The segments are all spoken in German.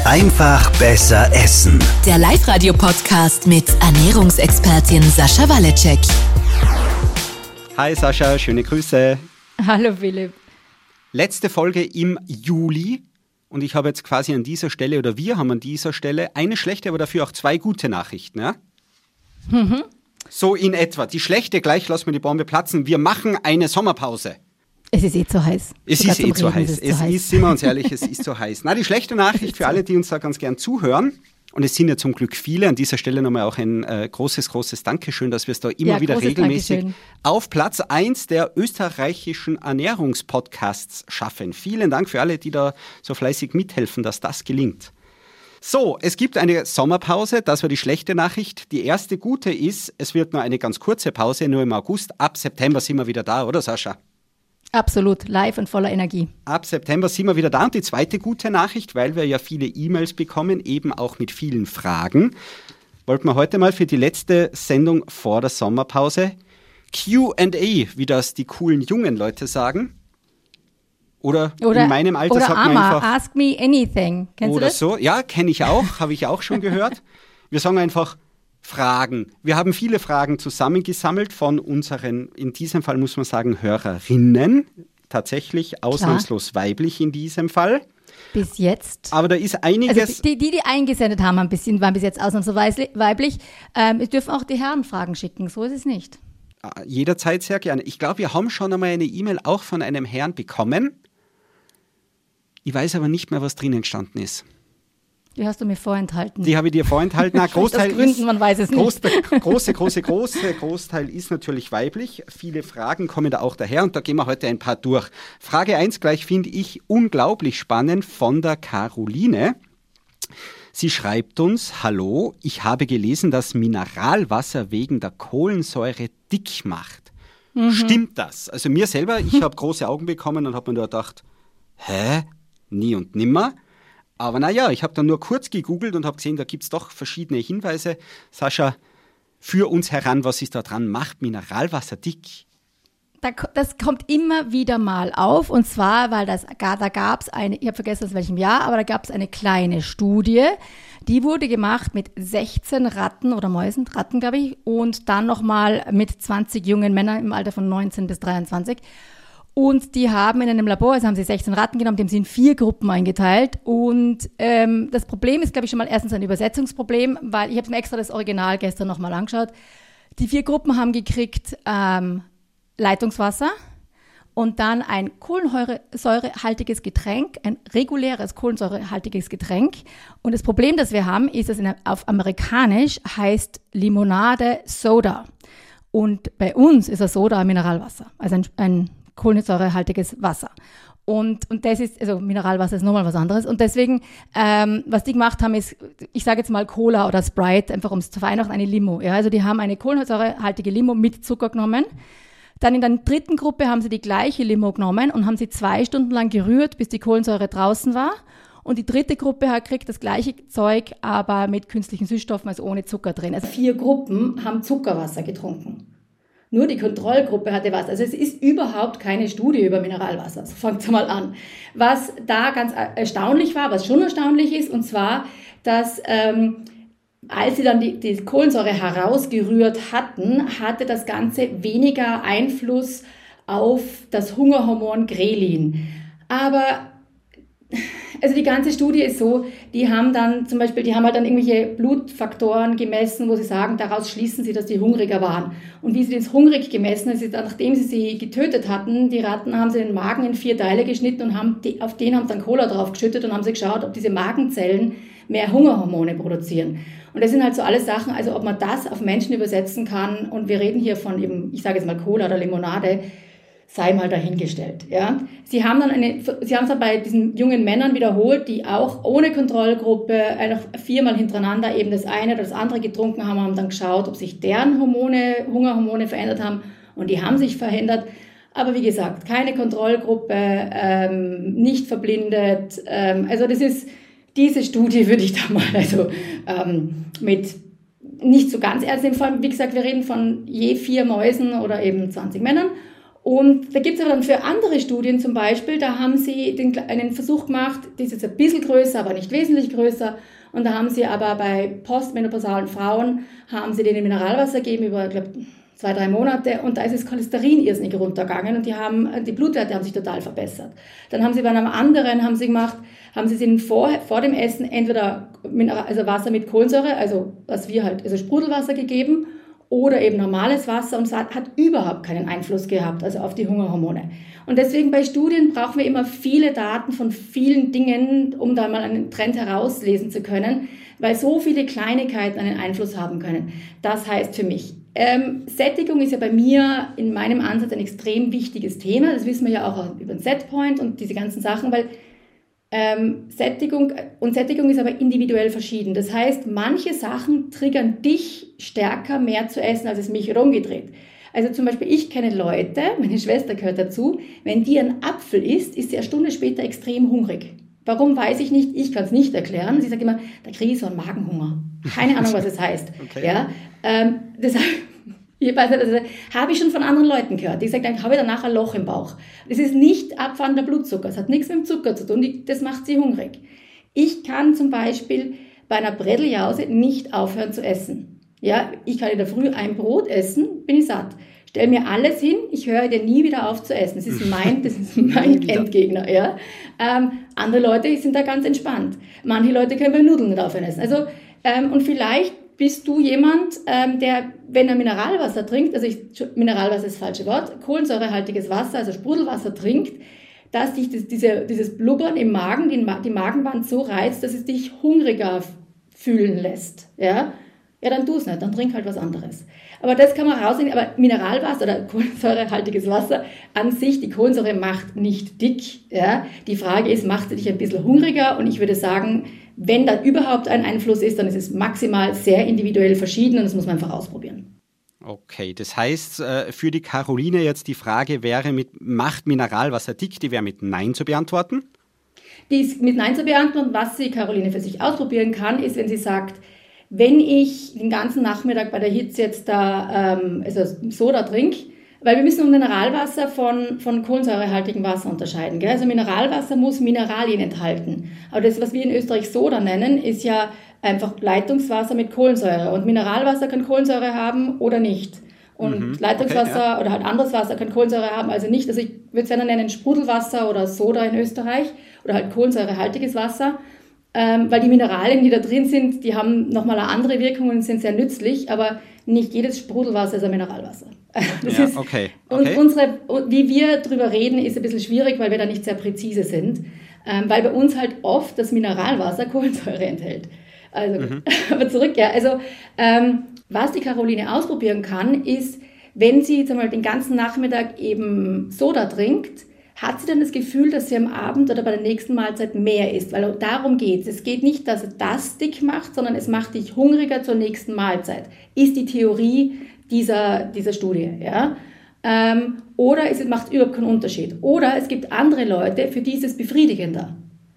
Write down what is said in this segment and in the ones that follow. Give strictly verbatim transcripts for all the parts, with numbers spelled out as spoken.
Einfach besser essen. Der Live-Radio-Podcast mit Ernährungsexpertin Sascha Waleczek. Hi Sascha, schöne Grüße. Hallo Philipp. Letzte Folge im Juli und ich habe jetzt quasi an dieser Stelle, oder wir haben an dieser Stelle eine schlechte, aber dafür auch zwei gute Nachrichten. Ja? Mhm. So in etwa. Die schlechte, gleich lassen wir die Bombe platzen. Wir machen eine Sommerpause. Es ist eh zu heiß. Es Sogar ist eh zu heiß. Ist es zu heiß. ist, sind wir uns ehrlich, es ist zu heiß. Na, die schlechte Nachricht für alle, die uns da ganz gern zuhören, und es sind ja zum Glück viele, an dieser Stelle nochmal auch ein äh, großes, großes Dankeschön, dass wir es da immer Ja, wieder großes regelmäßig Dankeschön. auf Platz eins der österreichischen Ernährungspodcasts schaffen. Vielen Dank für alle, die da so fleißig mithelfen, dass das gelingt. So, es gibt eine Sommerpause, das war die schlechte Nachricht. Die erste gute ist, es wird nur eine ganz kurze Pause, nur im August. Ab September sind wir wieder da, oder Sascha? Absolut, live und voller Energie. Ab September sind wir wieder da. Und die zweite gute Nachricht, weil wir ja viele E-Mails bekommen, eben auch mit vielen Fragen, wollten wir heute mal für die letzte Sendung vor der Sommerpause Q and A, wie das die coolen jungen Leute sagen. Oder, Oder in meinem Alter oder sagt man Ama, einfach... ask me anything. Kennst oder du das? so. Ja, kenne ich auch, habe ich auch schon gehört. Wir sagen einfach Fragen. Wir haben viele Fragen zusammengesammelt von unseren, in diesem Fall muss man sagen, Hörerinnen. Tatsächlich ausnahmslos weiblich in diesem Fall. Bis jetzt. Aber da ist einiges... Also die, die, die eingesendet haben, ein bisschen, waren bis jetzt ausnahmsweise weiblich. Ähm, wir dürfen auch die Herren Fragen schicken, so ist es nicht. Jederzeit sehr gerne. Ich glaube, wir haben schon einmal eine E-Mail auch von einem Herrn bekommen. Ich weiß aber nicht mehr, was drinnen gestanden ist. Die hast du mir vorenthalten. Die habe ich dir vorenthalten. Na, Großteil aus Gründen, ist, man weiß es nicht. Groß, große, große, große Großteil ist natürlich weiblich. Viele Fragen kommen da auch daher und da gehen wir heute ein paar durch. Frage eins gleich finde ich unglaublich spannend von der Caroline. Sie schreibt uns, hallo, ich habe gelesen, dass Mineralwasser wegen der Kohlensäure dick macht. Mhm. Stimmt das? Also mir selber, ich habe große Augen bekommen und habe mir nur gedacht, hä? Nie und nimmer. Aber naja, ich habe dann nur kurz gegoogelt und habe gesehen, da gibt es doch verschiedene Hinweise. Sascha, führ uns heran, was ist da dran? Macht Mineralwasser dick? Da, das kommt immer wieder mal auf und zwar, weil das, da gab es eine, ich habe vergessen aus welchem Jahr, aber da gab es eine kleine Studie, die wurde gemacht mit sechzehn Ratten oder Mäusen, Ratten glaube ich, und dann nochmal mit zwanzig jungen Männern im Alter von neunzehn bis dreiundzwanzig. Und die haben in einem Labor, also haben sie sechzehn Ratten genommen, dem sind vier Gruppen eingeteilt. Und ähm, das Problem ist, glaube ich, schon mal erstens ein Übersetzungsproblem, weil ich habe mir extra das Original gestern nochmal angeschaut. Die vier Gruppen haben gekriegt ähm, Leitungswasser und dann ein kohlensäurehaltiges Getränk, ein reguläres kohlensäurehaltiges Getränk. Und das Problem, das wir haben, ist, dass in, auf Amerikanisch heißt Limonade Soda. Und bei uns ist das Soda Mineralwasser, also ein, ein kohlensäurehaltiges Wasser. Und, und das ist, also Mineralwasser ist nochmal was anderes. Und deswegen, ähm, was die gemacht haben, ist, ich sage jetzt mal Cola oder Sprite, einfach um es zu vereinfachen, eine Limo. Ja, also die haben eine kohlensäurehaltige Limo mit Zucker genommen. Dann in der dritten Gruppe haben sie die gleiche Limo genommen und haben sie zwei Stunden lang gerührt, bis die Kohlensäure draußen war. Und die dritte Gruppe hat kriegt das gleiche Zeug, aber mit künstlichen Süßstoffen, also ohne Zucker drin. Also vier Gruppen haben Zuckerwasser getrunken. Nur die Kontrollgruppe hatte Wasser. Also es ist überhaupt keine Studie über Mineralwasser. So fangt mal an. Was da ganz erstaunlich war, was schon erstaunlich ist, und zwar, dass ähm, als sie dann die, die Kohlensäure herausgerührt hatten, hatte das Ganze weniger Einfluss auf das Hungerhormon Grelin. Aber also die ganze Studie ist so, die haben dann zum Beispiel, die haben halt dann irgendwelche Blutfaktoren gemessen, wo sie sagen, daraus schließen sie, dass die hungriger waren. Und wie sie das hungrig gemessen haben, nachdem sie sie getötet hatten, die Ratten, haben sie den Magen in vier Teile geschnitten und haben die, auf den haben dann Cola drauf geschüttet und haben sie geschaut, ob diese Magenzellen mehr Hungerhormone produzieren. Und das sind halt so alle Sachen, also ob man das auf Menschen übersetzen kann, und wir reden hier von eben, ich sage jetzt mal Cola oder Limonade, sei mal dahingestellt. Ja. Sie haben dann eine, sie haben es dann bei diesen jungen Männern wiederholt, die auch ohne Kontrollgruppe einfach viermal hintereinander eben das eine oder das andere getrunken haben, haben dann geschaut, ob sich deren Hormone, Hungerhormone verändert haben, und die haben sich verändert. Aber wie gesagt, keine Kontrollgruppe, ähm, nicht verblindet. Ähm, also das ist, diese Studie würde ich da mal also ähm, mit nicht so ganz ernst nehmen. Vor allem, wie gesagt, wir reden von je vier Mäusen oder eben zwanzig Männern. Und da gibt es aber dann für andere Studien zum Beispiel, da haben sie den, einen Versuch gemacht, das ist jetzt ein bisschen größer, aber nicht wesentlich größer. Und da haben sie aber bei postmenopausalen Frauen, haben sie denen Mineralwasser gegeben über, ich glaube, zwei, drei Monate. Und da ist das Cholesterin irrsinnig runtergegangen und die haben, die Blutwerte haben sich total verbessert. Dann haben sie bei einem anderen, haben sie gemacht, haben sie ihnen vor, vor dem Essen entweder Mineral, also Wasser mit Kohlensäure, also was wir halt, also Sprudelwasser gegeben, oder eben normales Wasser, und es hat, hat überhaupt keinen Einfluss gehabt, also auf die Hungerhormone. Und deswegen bei Studien brauchen wir immer viele Daten von vielen Dingen, um da mal einen Trend herauslesen zu können, weil so viele Kleinigkeiten einen Einfluss haben können. Das heißt für mich, ähm, Sättigung ist ja bei mir in meinem Ansatz ein extrem wichtiges Thema. Das wissen wir ja auch über den Setpoint und diese ganzen Sachen, weil Ähm, Sättigung, und Sättigung ist aber individuell verschieden. Das heißt, manche Sachen triggern dich stärker, mehr zu essen, als es mich oder umgedreht. Also zum Beispiel, ich kenne Leute, meine Schwester gehört dazu, wenn die einen Apfel isst, ist sie eine Stunde später extrem hungrig. Warum, weiß ich nicht, ich kann es nicht erklären. Sie sagt immer, da kriege ich so einen Magenhunger. Keine Ahnung, was es heißt. Okay. Ja, ähm, das Ich weiß nicht, also, habe ich schon von anderen Leuten gehört. Die sagen, dann habe ich danach ein Loch im Bauch. Das ist nicht abfallender Blutzucker. Das hat nichts mit dem Zucker zu tun. Das macht sie hungrig. Ich kann zum Beispiel bei einer Bretteljause nicht aufhören zu essen. Ja, ich kann in der Früh ein Brot essen, bin ich satt. Stell mir alles hin, ich höre dir nie wieder auf zu essen. Das ist mein, das ist mein Endgegner. Ja. Ähm, andere Leute sind da ganz entspannt. Manche Leute können bei Nudeln nicht aufhören essen. Also, ähm, und vielleicht bist du jemand, ähm, der, wenn er Mineralwasser trinkt, also ich, Mineralwasser ist das falsche Wort, kohlensäurehaltiges Wasser, also Sprudelwasser trinkt, dass dich das, diese, dieses Blubbern im Magen, die, die Magenwand so reizt, dass es dich hungriger fühlen lässt. Ja, ja, dann tu es nicht, dann trink halt was anderes. Aber das kann man rausnehmen, aber Mineralwasser oder kohlensäurehaltiges Wasser an sich, die Kohlensäure macht nicht dick. Ja? Die Frage ist, macht sie dich ein bisschen hungriger? Und ich würde sagen, wenn da überhaupt ein Einfluss ist, dann ist es maximal sehr individuell verschieden und das muss man einfach ausprobieren. Okay, das heißt, für die Caroline jetzt die Frage wäre, mit, macht Mineralwasser dick? Die wäre mit Nein zu beantworten? Die ist mit Nein zu beantworten. Was die Caroline für sich ausprobieren kann, ist, wenn sie sagt, wenn ich den ganzen Nachmittag bei der Hitze jetzt da ähm, also Soda trinke, weil wir müssen Mineralwasser von, von kohlensäurehaltigem Wasser unterscheiden. Gell? Also Mineralwasser muss Mineralien enthalten. Aber das, was wir in Österreich Soda nennen, ist ja einfach Leitungswasser mit Kohlensäure. Und Mineralwasser kann Kohlensäure haben oder nicht. Und mhm, Leitungswasser okay, ja. oder halt anderes Wasser kann Kohlensäure haben, also nicht. Also ich würde es ja nennen Sprudelwasser oder Soda in Österreich oder halt kohlensäurehaltiges Wasser. Ähm, weil die Mineralien, die da drin sind, die haben nochmal eine andere Wirkung und sind sehr nützlich, aber nicht jedes Sprudelwasser ist ein Mineralwasser. Das ja, ist, okay, und okay. unsere, wie wir drüber reden, ist ein bisschen schwierig, weil wir da nicht sehr präzise sind, ähm, weil bei uns halt oft das Mineralwasser Kohlensäure enthält. Also, mhm. aber zurück, ja, also ähm, was die Caroline ausprobieren kann, ist, wenn sie jetzt einmal den ganzen Nachmittag eben Soda trinkt, hat sie dann das Gefühl, dass sie am Abend oder bei der nächsten Mahlzeit mehr isst? Weil darum geht es. Es geht nicht, dass das dick macht, sondern es macht dich hungriger zur nächsten Mahlzeit. Ist die Theorie dieser, dieser Studie. Ja? Ähm, oder es macht überhaupt keinen Unterschied. Oder es gibt andere Leute, für die ist es befriedigender.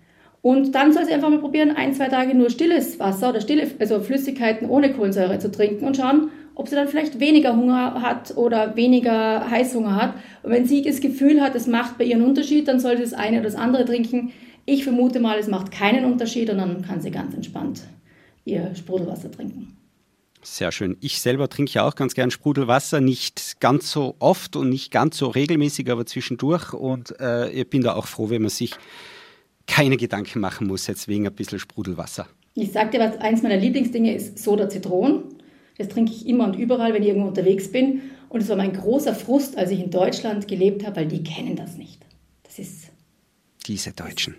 Und dann soll sie einfach mal probieren, ein, zwei Tage nur stilles Wasser oder stille, also Flüssigkeiten ohne Kohlensäure zu trinken und schauen, ob sie dann vielleicht weniger Hunger hat oder weniger Heißhunger hat. Und wenn sie das Gefühl hat, es macht bei ihr einen Unterschied, dann soll sie das eine oder das andere trinken. Ich vermute mal, es macht keinen Unterschied und dann kann sie ganz entspannt ihr Sprudelwasser trinken. Sehr schön. Ich selber trinke ja auch ganz gern Sprudelwasser, nicht ganz so oft und nicht ganz so regelmäßig, aber zwischendurch. Und äh, ich bin da auch froh, wenn man sich keine Gedanken machen muss, jetzt wegen ein bisschen Sprudelwasser. Ich sag dir, was eins meiner Lieblingsdinge ist, Soda Zitron. Das trinke ich immer und überall, wenn ich irgendwo unterwegs bin. Und es war mein großer Frust, als ich in Deutschland gelebt habe, weil die kennen das nicht. Das ist... Diese Deutschen.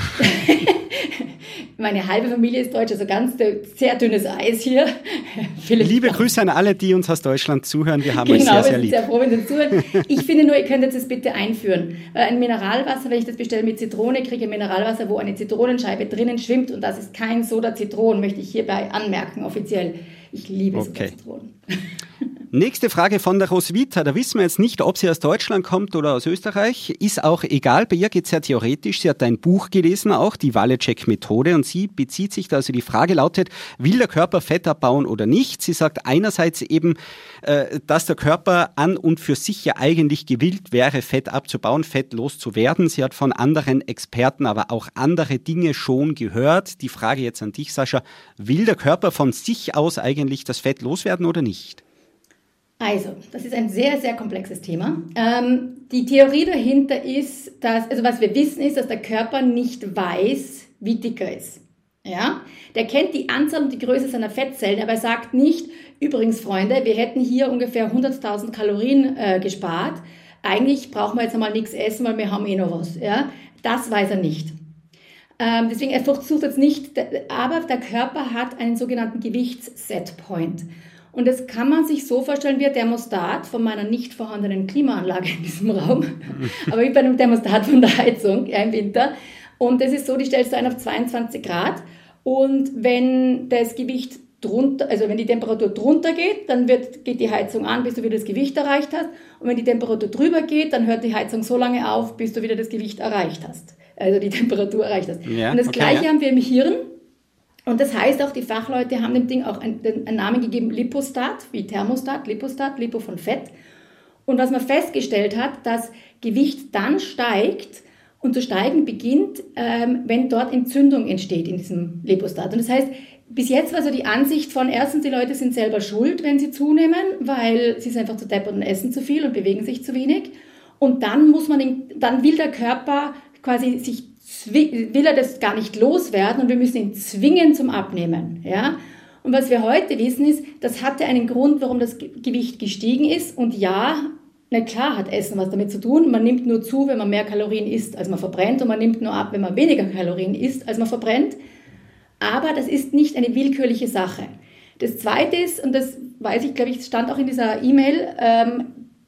Meine halbe Familie ist deutsch, also ganz sehr dünnes Eis hier. Liebe Grüße an alle, die uns aus Deutschland zuhören. Wir haben genau, euch sehr, sehr lieb. Genau, wir sind sehr froh, wenn Sie zuhören. Ich finde nur, ihr könnt jetzt das bitte einführen. Weil ein Mineralwasser, wenn ich das bestelle mit Zitrone, kriege ich Mineralwasser, wo eine Zitronenscheibe drinnen schwimmt. Und das ist kein Soda-Zitron, möchte ich hierbei anmerken, offiziell. Ich liebe okay. Soda-Zitronen. Nächste Frage von der Roswitha. Da wissen wir jetzt nicht, ob sie aus Deutschland kommt oder aus Österreich. Ist auch egal. Bei ihr geht es sehr theoretisch. Sie hat ein Buch gelesen, auch die Waleczek-Methode. Und sie bezieht sich da, also die Frage lautet, will der Körper Fett abbauen oder nicht? Sie sagt einerseits eben, äh, dass der Körper an und für sich ja eigentlich gewillt wäre, Fett abzubauen, Fett loszuwerden. Sie hat von anderen Experten aber auch andere Dinge schon gehört. Die Frage jetzt an dich, Sascha. Will der Körper von sich aus eigentlich das Fett loswerden oder nicht? Also, das ist ein sehr, sehr komplexes Thema. Ähm, die Theorie dahinter ist, dass, also was wir wissen ist, dass der Körper nicht weiß, wie dick er ist. Ja? Der kennt die Anzahl und die Größe seiner Fettzellen, aber er sagt nicht, übrigens Freunde, wir hätten hier ungefähr hunderttausend Kalorien äh, gespart. Eigentlich brauchen wir jetzt einmal nichts essen, weil wir haben eh noch was. Ja? Das weiß er nicht. Ähm, deswegen, er versucht jetzt nicht, aber der Körper hat einen sogenannten Gewichts-Setpoint. Und das kann man sich so vorstellen wie ein Thermostat von meiner nicht vorhandenen Klimaanlage in diesem Raum, aber wie bei einem Thermostat von der Heizung ja, im Winter. Und das ist so, die stellst du ein auf zweiundzwanzig Grad und wenn das Gewicht drunter, also wenn die Temperatur drunter geht, dann wird, geht die Heizung an, bis du wieder das Gewicht erreicht hast. Und wenn die Temperatur drüber geht, dann hört die Heizung so lange auf, bis du wieder das Gewicht erreicht hast, also die Temperatur erreicht hast. Ja, und das okay, Gleiche ja. haben wir im Hirn. Und das heißt auch, die Fachleute haben dem Ding auch einen, einen Namen gegeben, Lipostat, wie Thermostat, Lipostat, Lipo von Fett. Und was man festgestellt hat, dass Gewicht dann steigt und zu steigen beginnt, ähm, wenn dort Entzündung entsteht in diesem Lipostat. Und das heißt, bis jetzt war so die Ansicht von, erstens, die Leute sind selber schuld, wenn sie zunehmen, weil sie sind einfach zu deppert und essen zu viel und bewegen sich zu wenig. Und dann muss man, den, dann will der Körper quasi sich will er das gar nicht loswerden und wir müssen ihn zwingen zum Abnehmen. Ja? Und was wir heute wissen ist, das hatte einen Grund, warum das Gewicht gestiegen ist. Und ja, na klar hat Essen was damit zu tun. Man nimmt nur zu, wenn man mehr Kalorien isst, als man verbrennt. Und man nimmt nur ab, wenn man weniger Kalorien isst, als man verbrennt. Aber das ist nicht eine willkürliche Sache. Das Zweite ist, und das weiß ich, glaube ich, stand auch in dieser E-Mail, ähm,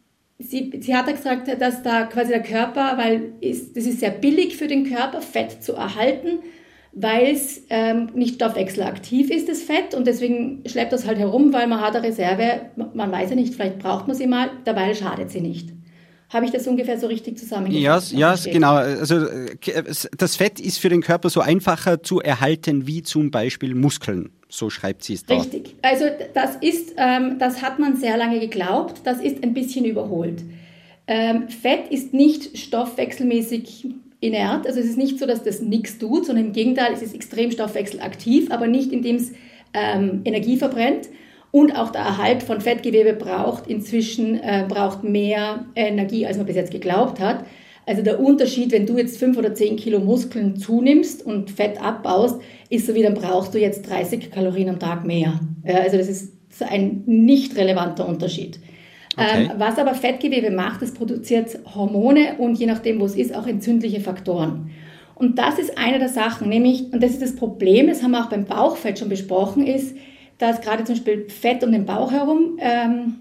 Sie, sie hat ja gesagt, dass da quasi der Körper, weil es, das ist sehr billig für den Körper, Fett zu erhalten, weil es ähm, nicht stoffwechselaktiv ist, das Fett. Und deswegen schleppt das halt herum, weil man hat eine Reserve, man weiß ja nicht, vielleicht braucht man sie mal, dabei schadet sie nicht. Habe ich das ungefähr so richtig zusammengefasst? Ja, ja genau. Also das Fett ist für den Körper so einfacher zu erhalten wie zum Beispiel Muskeln. So schreibt sie es dort. Richtig. Also das ist, ähm, das hat man sehr lange geglaubt. Das ist ein bisschen überholt. Ähm, Fett ist nicht stoffwechselmäßig inert. Also es ist nicht so, dass das nichts tut, sondern im Gegenteil, es ist extrem stoffwechselaktiv, aber nicht indem es ähm, Energie verbrennt. Und auch der Erhalt von Fettgewebe braucht inzwischen äh, braucht mehr Energie, als man bis jetzt geglaubt hat. Also der Unterschied, wenn du jetzt fünf oder zehn Kilo Muskeln zunimmst und Fett abbaust, ist so wie, dann brauchst du jetzt dreißig Kalorien am Tag mehr. Also das ist ein nicht relevanter Unterschied. Okay. Ähm, was aber Fettgewebe macht, es produziert Hormone und je nachdem, wo es ist, auch entzündliche Faktoren. Und das ist eine der Sachen, nämlich, und das ist das Problem, das haben wir auch beim Bauchfett schon besprochen, ist, dass gerade zum Beispiel Fett um den Bauch herum ähm,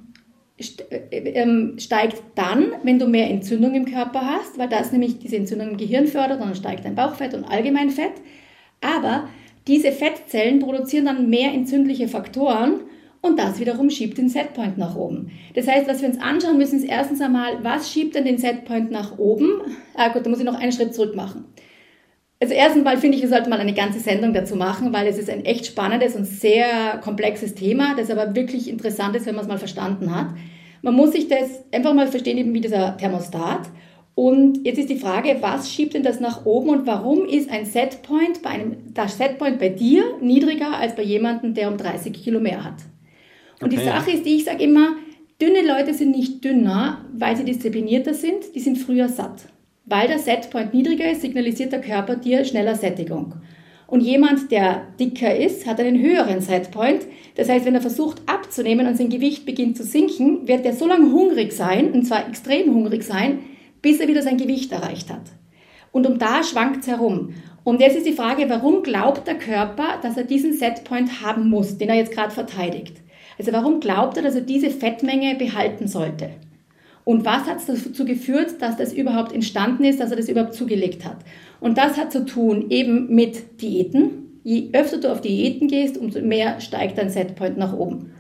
steigt dann, wenn du mehr Entzündung im Körper hast, weil das nämlich diese Entzündung im Gehirn fördert und dann steigt dein Bauchfett und allgemein Fett. Aber diese Fettzellen produzieren dann mehr entzündliche Faktoren und das wiederum schiebt den Setpoint nach oben. Das heißt, was wir uns anschauen müssen, ist erstens einmal, was schiebt denn den Setpoint nach oben? Ah gut, da muss ich noch einen Schritt zurück machen. Also erstens mal finde ich, wir sollten mal eine ganze Sendung dazu machen, weil es ist ein echt spannendes und sehr komplexes Thema, das aber wirklich interessant ist, wenn man es mal verstanden hat. Man muss sich das einfach mal verstehen, eben wie dieser Thermostat. Und jetzt ist die Frage, was schiebt denn das nach oben und warum ist ein Setpoint bei einem, der Setpoint bei dir niedriger als bei jemandem, der um dreißig Kilo mehr hat? Und okay, die Sache ist die, ich sage immer, dünne Leute sind nicht dünner, weil sie disziplinierter sind, die sind früher satt. Weil der Setpoint niedriger ist, signalisiert der Körper dir schneller Sättigung. Und jemand, der dicker ist, hat einen höheren Setpoint. Das heißt, wenn er versucht abzunehmen und sein Gewicht beginnt zu sinken, wird er so lange hungrig sein, und zwar extrem hungrig sein, bis er wieder sein Gewicht erreicht hat. Und um da schwankt es herum. Und jetzt ist die Frage, warum glaubt der Körper, dass er diesen Setpoint haben muss, den er jetzt gerade verteidigt? Also warum glaubt er, dass er diese Fettmenge behalten sollte? Und was hat dazu geführt, dass das überhaupt entstanden ist, dass er das überhaupt zugelegt hat? Und das hat zu tun eben mit Diäten. Je öfter du auf Diäten gehst, umso mehr steigt dein Setpoint nach oben.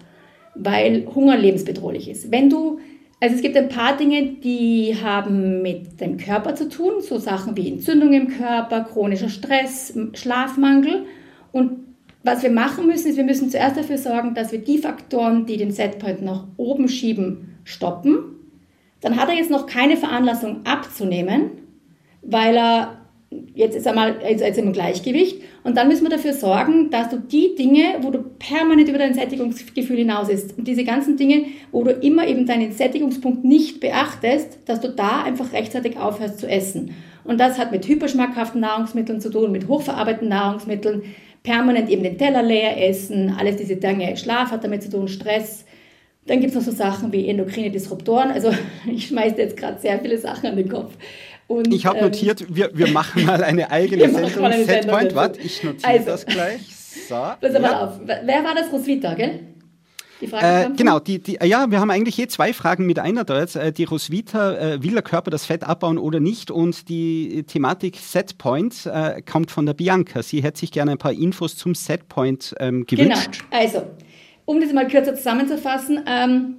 weil Hunger lebensbedrohlich ist. Wenn du, also es gibt ein paar Dinge, die haben mit dem Körper zu tun, so Sachen wie Entzündung im Körper, chronischer Stress, Schlafmangel. Und was wir machen müssen, ist, wir müssen zuerst dafür sorgen, dass wir die Faktoren, die den Setpoint nach oben schieben, stoppen. Dann hat er jetzt noch keine Veranlassung abzunehmen, weil er, jetzt ist er mal jetzt, jetzt im Gleichgewicht. Und dann müssen wir dafür sorgen, dass du die Dinge, wo du permanent über dein Sättigungsgefühl hinaus ist, und diese ganzen Dinge, wo du immer eben deinen Sättigungspunkt nicht beachtest, dass du da einfach rechtzeitig aufhörst zu essen. Und das hat mit hyperschmackhaften Nahrungsmitteln zu tun, mit hochverarbeiteten Nahrungsmitteln, permanent eben den Teller leer essen, alles diese Dinge, Schlaf hat damit zu tun, Stress. Dann gibt es noch so Sachen wie endokrine Disruptoren. Also ich schmeiße jetzt gerade sehr viele Sachen an den Kopf. Und, ich habe ähm, notiert, wir, wir machen mal eine eigene Sendung. Eine Setpoint, warte, ich notiere also, das gleich. So, pass ja. mal auf. Wer war das? Roswitha, gell? Die Frage äh, genau, die, die, ja, wir haben eigentlich je zwei Fragen mit einer da jetzt. Die Roswitha, äh, will der Körper das Fett abbauen oder nicht? Und die Thematik Setpoint äh, kommt von der Bianca. Sie hätte sich gerne ein paar Infos zum Setpoint ähm, gewünscht. Genau, also, um das mal kürzer zusammenzufassen, ähm,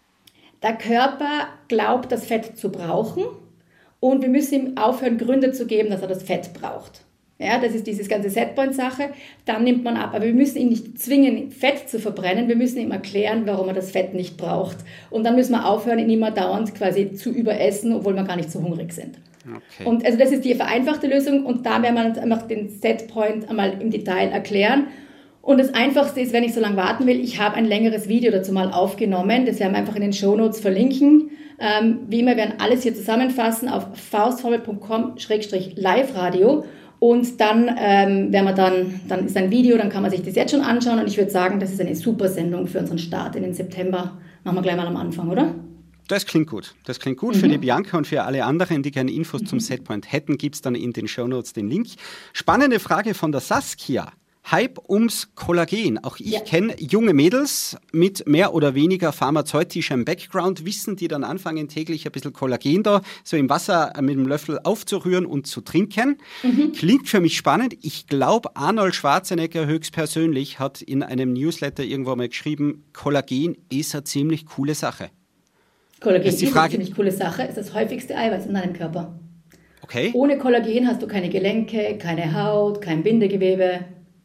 der Körper glaubt, das Fett zu brauchen. Und wir müssen ihm aufhören, Gründe zu geben, dass er das Fett braucht. Ja, das ist diese ganze Setpoint-Sache. Dann nimmt man ab. Aber wir müssen ihn nicht zwingen, Fett zu verbrennen. Wir müssen ihm erklären, warum er das Fett nicht braucht. Und dann müssen wir aufhören, ihn immer dauernd quasi zu überessen, obwohl wir gar nicht so hungrig sind. Okay. Und also das ist die vereinfachte Lösung. Und da werden wir einfach den Setpoint einmal im Detail erklären. Und das Einfachste ist, wenn ich so lange warten will, ich habe ein längeres Video dazu mal aufgenommen. Das werden wir einfach in den Shownotes verlinken. Ähm, wie immer, wir werden alles hier zusammenfassen auf faustformel punkt com Schrägstrich live radio und dann ähm, werden wir dann, dann ist ein Video, dann kann man sich das jetzt schon anschauen und ich würde sagen, das ist eine super Sendung für unseren Start in den September. Machen wir gleich mal am Anfang, oder? Das klingt gut. Das klingt gut. Mhm. Für die Bianca und für alle anderen, die gerne Infos mhm. zum Setpoint hätten, gibt es dann in den Shownotes den Link. Spannende Frage von der Saskia. Hype ums Kollagen. Auch ich ja. kenne junge Mädels mit mehr oder weniger pharmazeutischem Background, wissen, die dann anfangen, täglich ein bisschen Kollagen da so im Wasser mit dem Löffel aufzurühren und zu trinken. Mhm. Klingt für mich spannend. Ich glaube, Arnold Schwarzenegger höchstpersönlich hat in einem Newsletter irgendwo mal geschrieben, Kollagen ist eine ziemlich coole Sache. Kollagen ist, ist eine ziemlich coole Sache, ist das häufigste Eiweiß in deinem Körper. Okay. Ohne Kollagen hast du keine Gelenke, keine Haut, kein Bindegewebe.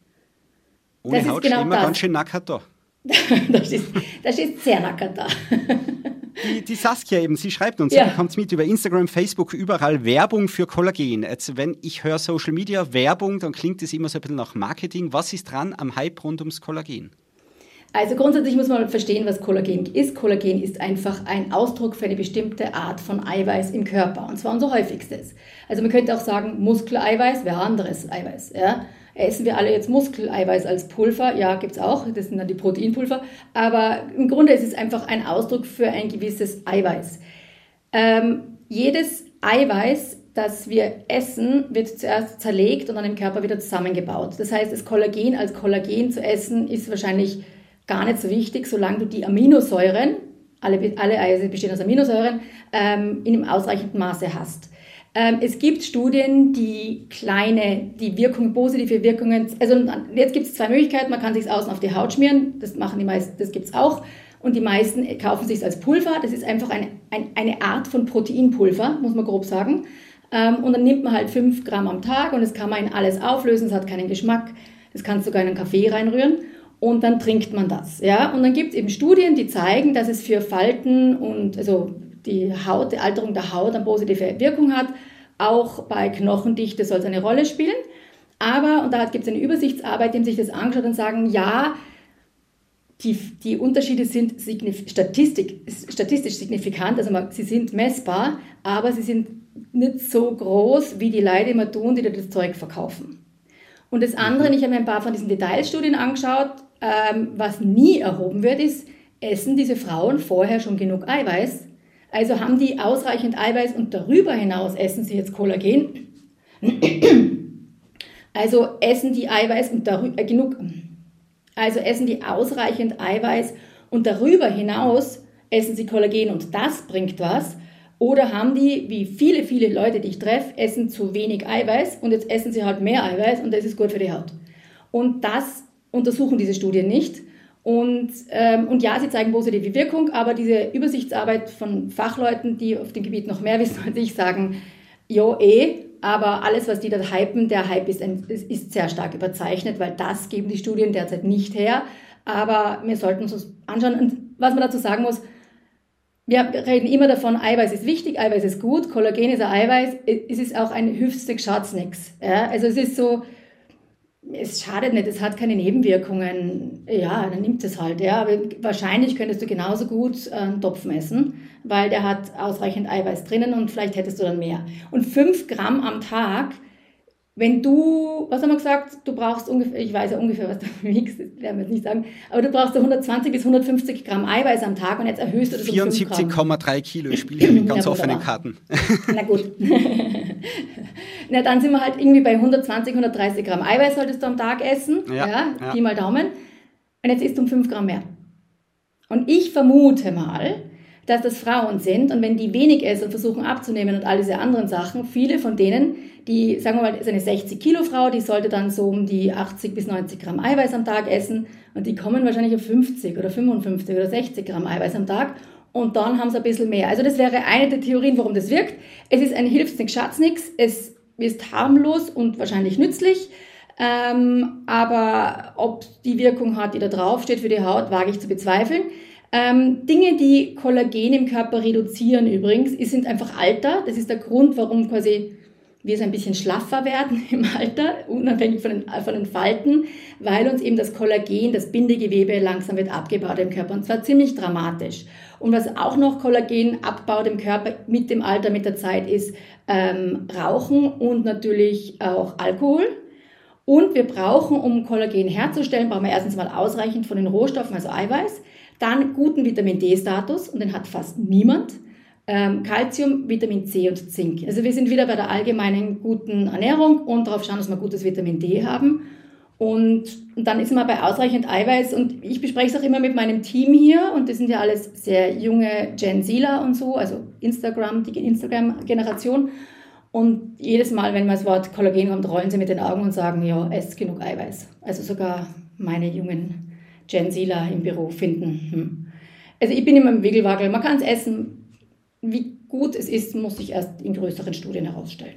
Ohne das Haut genau stehen wir ganz schön nackert da. das, ist, das ist sehr nackert da. die, die Saskia eben, sie schreibt uns, ja. sie bekommt mit über Instagram, Facebook, überall Werbung für Kollagen. Jetzt, wenn ich höre Social Media Werbung, dann klingt es immer so ein bisschen nach Marketing. Was ist dran am Hype rund ums Kollagen? Also grundsätzlich muss man verstehen, was Kollagen ist. Kollagen ist einfach ein Ausdruck für eine bestimmte Art von Eiweiß im Körper, und zwar unser häufigstes. Also man könnte auch sagen, Muskeleiweiß wäre anderes Eiweiß, ja. Essen wir alle jetzt Muskeleiweiß als Pulver? Ja, gibt es auch. Das sind dann die Proteinpulver. Aber im Grunde ist es einfach ein Ausdruck für ein gewisses Eiweiß. Ähm, jedes Eiweiß, das wir essen, wird zuerst zerlegt und dann im Körper wieder zusammengebaut. Das heißt, das Kollagen als Kollagen zu essen, ist wahrscheinlich gar nicht so wichtig, solange du die Aminosäuren, alle, alle Eiweiße bestehen aus Aminosäuren, ähm, in einem ausreichenden Maße hast. Ähm, es gibt Studien, die kleine, die Wirkung, positive Wirkungen, also jetzt gibt es zwei Möglichkeiten, man kann es sich außen auf die Haut schmieren, das machen die meisten, das gibt es auch, und die meisten kaufen es sich als Pulver, das ist einfach eine, ein, eine Art von Proteinpulver, muss man grob sagen, ähm, und dann nimmt man halt fünf Gramm am Tag und das kann man in alles auflösen, es hat keinen Geschmack, das kannst du sogar in einen Kaffee reinrühren und dann trinkt man das, ja, und dann gibt es eben Studien, die zeigen, dass es für Falten und, also die Haut, die Alterung der Haut eine positive Wirkung hat. Auch bei Knochendichte soll es eine Rolle spielen. Aber, und da gibt es eine Übersichtsarbeit, die haben sich das angeschaut und sagen, ja, die, die Unterschiede sind signif- Statistik, statistisch signifikant, also sie sind messbar, aber sie sind nicht so groß, wie die Leute immer tun, die dir das Zeug verkaufen. Und das andere, ich habe mir ein paar von diesen Detailstudien angeschaut, ähm, was nie erhoben wird, ist, essen diese Frauen vorher schon genug Eiweiß? Also haben die ausreichend Eiweiß und darüber hinaus essen sie jetzt Kollagen. Also essen die Eiweiß und darüber, äh, genug, also essen die ausreichend Eiweiß und darüber hinaus essen sie Kollagen und das bringt was. Oder haben die, wie viele, viele Leute, die ich treffe, essen zu wenig Eiweiß und jetzt essen sie halt mehr Eiweiß und das ist gut für die Haut. Und das untersuchen diese Studien nicht. Und, ähm, und ja, sie zeigen positive Wirkung, aber diese Übersichtsarbeit von Fachleuten, die auf dem Gebiet noch mehr wissen als ich, sagen, jo eh, aber alles, was die da hypen, der Hype ist, ein, ist sehr stark überzeichnet, weil das geben die Studien derzeit nicht her. Aber wir sollten uns das anschauen. Und was man dazu sagen muss, wir reden immer davon, Eiweiß ist wichtig, Eiweiß ist gut, Kollagen ist ein Eiweiß, es ist auch ein Hüftstück, schaut's nix. Ja, also es ist so, es schadet nicht, es hat keine Nebenwirkungen, ja, dann nimmt es halt, ja, aber wahrscheinlich könntest du genauso gut einen Topfen essen, weil der hat ausreichend Eiweiß drinnen und vielleicht hättest du dann mehr. Und fünf Gramm am Tag, wenn du, was haben wir gesagt, du brauchst ungefähr, ich weiß ja ungefähr, was du wiegst, das werden wir jetzt nicht sagen, aber du brauchst so hundertzwanzig bis hundertfünfzig Gramm Eiweiß am Tag und jetzt erhöhst du das um fünf Gramm. vierundsiebzig Komma drei Kilo, ich spiele hier mit ganz ja, offenen Karten. Na gut. Na, dann sind wir halt irgendwie bei hundertzwanzig, hundertdreißig Gramm Eiweiß solltest du am Tag essen, ja, ja, ja. Pi mal Daumen. Und jetzt isst du um fünf Gramm mehr. Und ich vermute mal, dass das Frauen sind und wenn die wenig essen und versuchen abzunehmen und all diese anderen Sachen, viele von denen, die, sagen wir mal, ist eine sechzig Kilo Frau, die sollte dann so um die achtzig bis neunzig Gramm Eiweiß am Tag essen und die kommen wahrscheinlich auf fünfzig oder fünfundfünfzig oder sechzig Gramm Eiweiß am Tag und dann haben sie ein bisschen mehr. Also das wäre eine der Theorien, warum das wirkt. Es ist ein Hilfsnix, Schatznix, es ist harmlos und wahrscheinlich nützlich, ähm, aber ob die Wirkung hat, die da draufsteht für die Haut, wage ich zu bezweifeln. Ähm, Dinge, die Kollagen im Körper reduzieren übrigens, sind einfach Alter. Das ist der Grund, warum quasi wir so ein bisschen schlaffer werden im Alter, unabhängig von den, von den Falten, weil uns eben das Kollagen, das Bindegewebe langsam wird abgebaut im Körper und zwar ziemlich dramatisch. Und was auch noch Kollagen abbaut im Körper mit dem Alter, mit der Zeit ist ähm, Rauchen und natürlich auch Alkohol. Und wir brauchen, um Kollagen herzustellen, brauchen wir erstens mal ausreichend von den Rohstoffen, also Eiweiß, dann guten Vitamin-D-Status und den hat fast niemand. Ähm, Calcium, Vitamin C und Zink. Also wir sind wieder bei der allgemeinen guten Ernährung und darauf schauen, dass wir gutes Vitamin D haben. Und, und dann ist man bei ausreichend Eiweiß und ich bespreche es auch immer mit meinem Team hier und das sind ja alles sehr junge Gen Zler und so, also Instagram, die Instagram-Generation. Und jedes Mal, wenn man das Wort Kollagen kommt, rollen sie mit den Augen und sagen, ja, esst genug Eiweiß. Also sogar meine jungen Gen Zler im Büro finden. Hm. Also ich bin immer im Wiggelwagel. Man kann es essen. Wie gut es ist, muss sich erst in größeren Studien herausstellen.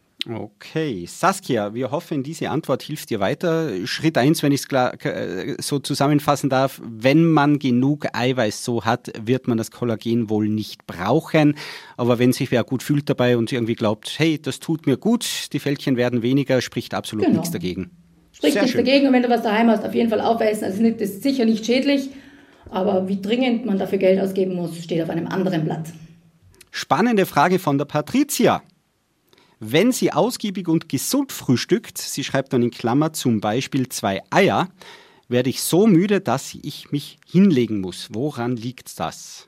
Okay. Saskia, wir hoffen, diese Antwort hilft dir weiter. Schritt eins, wenn ich es so zusammenfassen darf, wenn man genug Eiweiß so hat, wird man das Kollagen wohl nicht brauchen. Aber wenn sich wer gut fühlt dabei und irgendwie glaubt, hey, das tut mir gut, die Fältchen werden weniger, spricht absolut genau. nichts dagegen. Spricht Sehr nichts schön. dagegen und wenn du was daheim hast, auf jeden Fall aufessen. Also das ist sicher nicht schädlich, aber wie dringend man dafür Geld ausgeben muss, steht auf einem anderen Blatt. Spannende Frage von der Patricia. Wenn sie ausgiebig und gesund frühstückt, sie schreibt dann in Klammer zum Beispiel zwei Eier, werde ich so müde, dass ich mich hinlegen muss. Woran liegt das?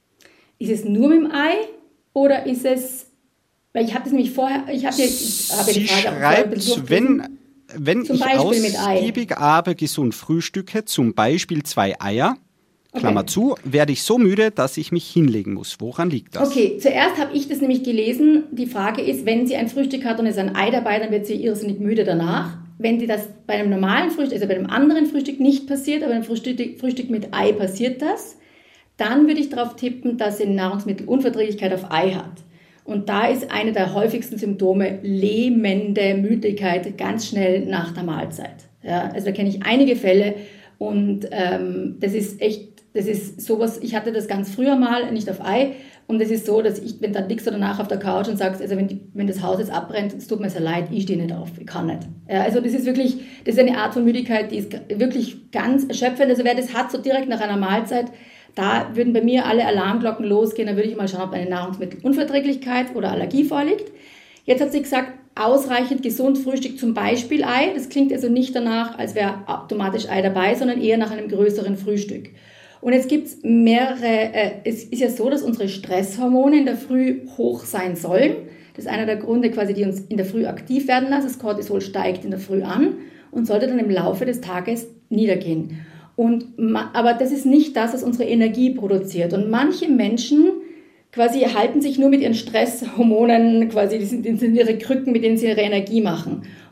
Ist es nur mit dem Ei oder ist es, weil ich habe das nämlich vorher, ich habe ja, ich habe die Frage schreibt, auch wenn, wenn zum ich Beispiel ausgiebig, aber gesund frühstücke, zum Beispiel zwei Eier, Klammer okay. zu, werde ich so müde, dass ich mich hinlegen muss. Woran liegt das? Okay, zuerst habe ich das nämlich gelesen. Die Frage ist, wenn sie ein Frühstück hat und es ist ein Ei dabei, dann wird sie irrsinnig müde danach. Wenn sie das bei einem normalen Frühstück, also bei einem anderen Frühstück nicht passiert, aber beim Frühstück, Frühstück mit Ei passiert das, dann würde ich darauf tippen, dass sie eine Nahrungsmittelunverträglichkeit auf Ei hat. Und da ist eine der häufigsten Symptome lähmende Müdigkeit ganz schnell nach der Mahlzeit. Ja, also da kenne ich einige Fälle und ähm, das ist echt Das ist sowas, ich hatte das ganz früher mal, nicht auf Ei. Und es ist so, dass ich, wenn dann liegst du danach auf der Couch und sagst, also wenn, die, wenn das Haus jetzt abbrennt, es tut mir sehr leid, ich stehe nicht auf, ich kann nicht. Ja, also das ist wirklich, das ist eine Art von Müdigkeit, die ist wirklich ganz erschöpfend. Also wer das hat, so direkt nach einer Mahlzeit, da würden bei mir alle Alarmglocken losgehen, da würde ich mal schauen, ob eine Nahrungsmittelunverträglichkeit oder Allergie vorliegt. Jetzt hat sie gesagt, ausreichend gesund Frühstück, zum Beispiel Ei. Das klingt also nicht danach, als wäre automatisch Ei dabei, sondern eher nach einem größeren Frühstück. Und jetzt gibt es mehrere, äh, es ist ja so, dass unsere Stresshormone in der Früh hoch sein sollen. Das ist einer der Gründe quasi, die uns in der Früh aktiv werden lassen. Das Cortisol steigt in der Früh an und sollte dann im Laufe des Tages niedergehen. Und, aber das ist nicht das, was unsere Energie produziert. Und manche Menschen quasi halten sich nur mit ihren Stresshormonen, quasi, das sind, das sind ihre Krücken, mit denen sie ihre Energie machen.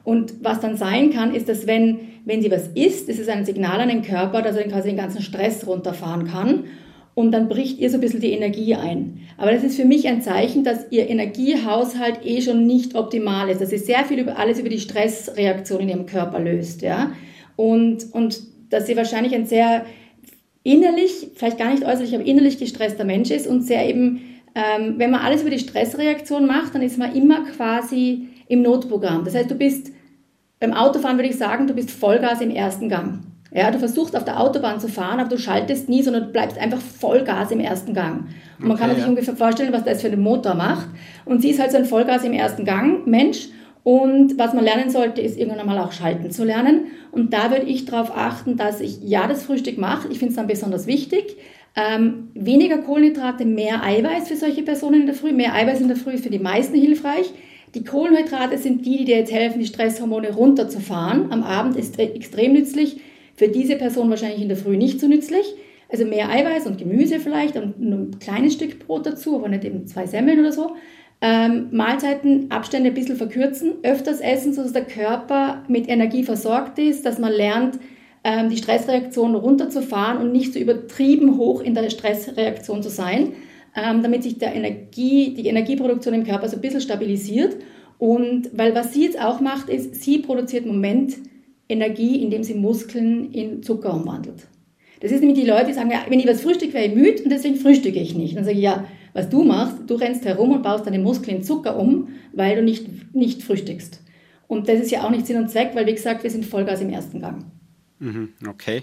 Und was dann sein kann, ist, dass wenn, wenn sie was isst, ist es ein Signal an den Körper, dass er quasi den ganzen Stress runterfahren kann. Und dann bricht ihr so ein bisschen die Energie ein. Aber das ist für mich ein Zeichen, dass ihr Energiehaushalt eh schon nicht optimal ist. Dass sie sehr viel über alles über die Stressreaktion in ihrem Körper löst. Ja? Und, und dass sie wahrscheinlich ein sehr innerlich, vielleicht gar nicht äußerlich, aber innerlich gestresster Mensch ist und sehr eben, ähm, wenn man alles über die Stressreaktion macht, dann ist man immer quasi im Notprogramm. Das heißt, du bist beim Autofahren, würde ich sagen, du bist Vollgas im ersten Gang. Ja, du versuchst auf der Autobahn zu fahren, aber du schaltest nie, sondern du bleibst einfach Vollgas im ersten Gang. Und man okay, kann sich ja. ungefähr vorstellen, was das für den Motor macht. Und sie ist halt so ein Vollgas im ersten Gang Mensch. Und was man lernen sollte, ist irgendwann einmal auch schalten zu lernen. Und da würde ich darauf achten, dass ich ja das Frühstück mache. Ich finde es dann besonders wichtig. Ähm, weniger Kohlenhydrate, mehr Eiweiß für solche Personen in der Früh. Mehr Eiweiß in der Früh ist für die meisten hilfreich. Die Kohlenhydrate sind die, die dir jetzt helfen, die Stresshormone runterzufahren. Am Abend ist extrem nützlich. Für diese Person wahrscheinlich in der Früh nicht so nützlich. Also mehr Eiweiß und Gemüse vielleicht und ein kleines Stück Brot dazu, aber nicht eben zwei Semmeln oder so. Ähm, Mahlzeiten, Abstände ein bisschen verkürzen, öfters essen, sodass der Körper mit Energie versorgt ist, dass man lernt, ähm, die Stressreaktion runterzufahren und nicht so übertrieben hoch in der Stressreaktion zu sein, ähm, damit sich der Energie, die Energieproduktion im Körper so ein bisschen stabilisiert. Und weil was sie jetzt auch macht, ist, sie produziert im Moment Energie, indem sie Muskeln in Zucker umwandelt. Das ist nämlich die Leute, die sagen, ja, wenn ich was frühstücke, wäre ich müde und deswegen frühstücke ich nicht. Dann sage ich, ja, was du machst, du rennst herum und baust deine Muskeln in Zucker um, weil du nicht, nicht frühstückst. Und das ist ja auch nicht Sinn und Zweck, weil, wie gesagt, wir sind Vollgas im ersten Gang. Mhm, okay.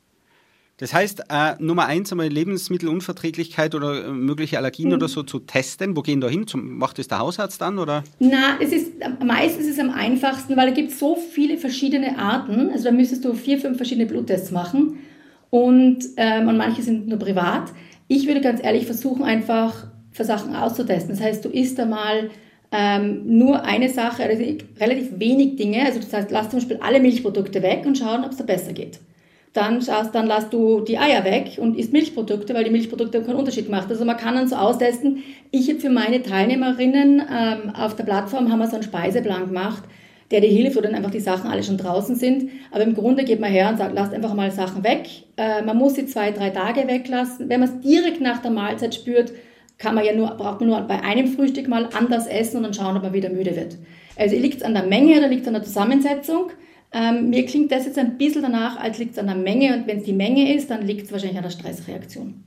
Das heißt, äh, Nummer eins, einmal Lebensmittelunverträglichkeit oder äh, mögliche Allergien mhm. oder so zu testen. Wo gehen da hin? Zum, macht das der Hausarzt dann? Oder? Na, es ist, meistens ist es am einfachsten, weil es gibt so viele verschiedene Arten. Also da müsstest du vier, fünf verschiedene Bluttests machen. Und, ähm, und manche sind nur privat. Ich würde ganz ehrlich versuchen, einfach für Sachen auszutesten. Das heißt, du isst einmal ähm, nur eine Sache, also relativ wenig Dinge. Also das heißt, lass zum Beispiel alle Milchprodukte weg und schauen, ob es da besser geht. Dann, schaust, dann lässt du die Eier weg und isst Milchprodukte, weil die Milchprodukte keinen Unterschied machen. Also man kann dann so austesten. Ich habe für meine Teilnehmerinnen ähm, auf der Plattform haben wir so einen Speiseplan gemacht, der dir hilft, wo dann einfach die Sachen alle schon draußen sind. Aber im Grunde geht man her und sagt, lasst einfach mal Sachen weg. Äh, man muss sie zwei, drei Tage weglassen. Wenn man es direkt nach der Mahlzeit spürt, kann man ja nur, braucht man nur bei einem Frühstück mal anders essen und dann schauen, ob man wieder müde wird. Also liegt es an der Menge oder liegt es an der Zusammensetzung? Ähm, mir klingt das jetzt ein bisschen danach, als liegt es an der Menge. Und wenn es die Menge ist, dann liegt es wahrscheinlich an der Stressreaktion.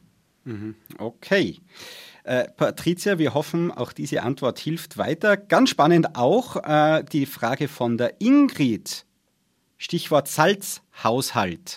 Okay. Äh, Patricia, wir hoffen, auch diese Antwort hilft weiter. Ganz spannend auch äh, die Frage von der Ingrid. Stichwort Salzhaushalt.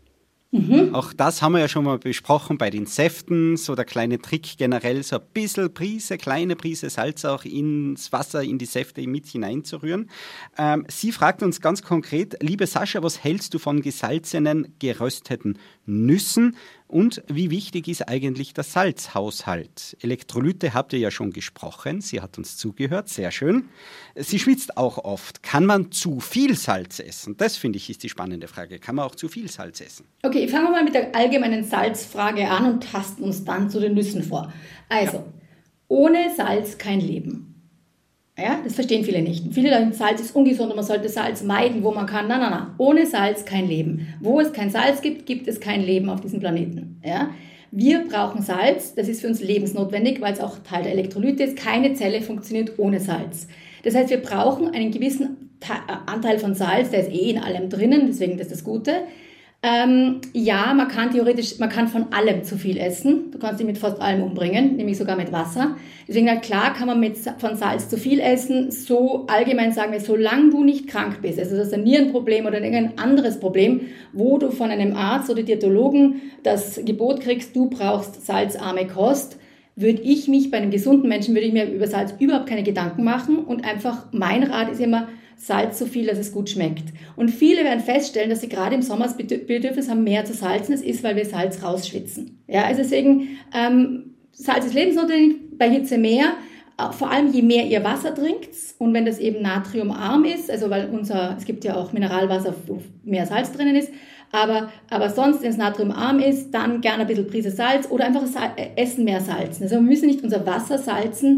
Mhm. Auch das haben wir ja schon mal besprochen bei den Säften. So der kleine Trick generell, so ein bisschen Prise, kleine Prise Salz auch ins Wasser, in die Säfte mit hineinzurühren. Ähm, sie fragt uns ganz konkret, liebe Sascha, was hältst du von gesalzenen, gerösteten Nüssen? Und wie wichtig ist eigentlich der Salzhaushalt? Elektrolyte habt ihr ja schon gesprochen. Sie hat uns zugehört. Sehr schön. Sie schwitzt auch oft. Kann man zu viel Salz essen? Das, finde ich, ist die spannende Frage. Kann man auch zu viel Salz essen? Okay, fangen wir mal mit der allgemeinen Salzfrage an und tasten uns dann zu den Nüssen vor. Also, ja. Ohne Salz kein Leben. Ja, das verstehen viele nicht. Viele sagen, Salz ist ungesund und man sollte Salz meiden, wo man kann. Nein, nein, nein. Ohne Salz kein Leben. Wo es kein Salz gibt, gibt es kein Leben auf diesem Planeten. Ja? Wir brauchen Salz. Das ist für uns lebensnotwendig, weil es auch Teil der Elektrolyte ist. Keine Zelle funktioniert ohne Salz. Das heißt, wir brauchen einen gewissen Anteil von Salz. Der ist eh in allem drinnen, deswegen das ist das Gute. Ähm, ja, man kann theoretisch, man kann von allem zu viel essen. Du kannst dich mit fast allem umbringen, nämlich sogar mit Wasser. Deswegen, klar, kann man mit, von Salz zu viel essen. So allgemein sagen wir, solange du nicht krank bist, also das ist ein Nierenproblem oder irgendein anderes Problem, wo du von einem Arzt oder Diätologen das Gebot kriegst, du brauchst salzarme Kost, würde ich mich bei einem gesunden Menschen, würde ich mir über Salz überhaupt keine Gedanken machen und einfach, mein Rat ist immer, Salz so viel, dass es gut schmeckt. Und viele werden feststellen, dass sie gerade im Sommer das Bedürfnis haben, mehr zu salzen. Das ist, weil wir Salz rausschwitzen. Ja, also deswegen, ähm, Salz ist lebensnotwendig, bei Hitze mehr. Vor allem, je mehr ihr Wasser trinkt und wenn das eben natriumarm ist, also weil unser, es gibt ja auch Mineralwasser, wo mehr Salz drinnen ist, aber, aber sonst, wenn es natriumarm ist, dann gerne ein bisschen Prise Salz oder einfach Sal- Essen mehr salzen. Also wir müssen nicht unser Wasser salzen,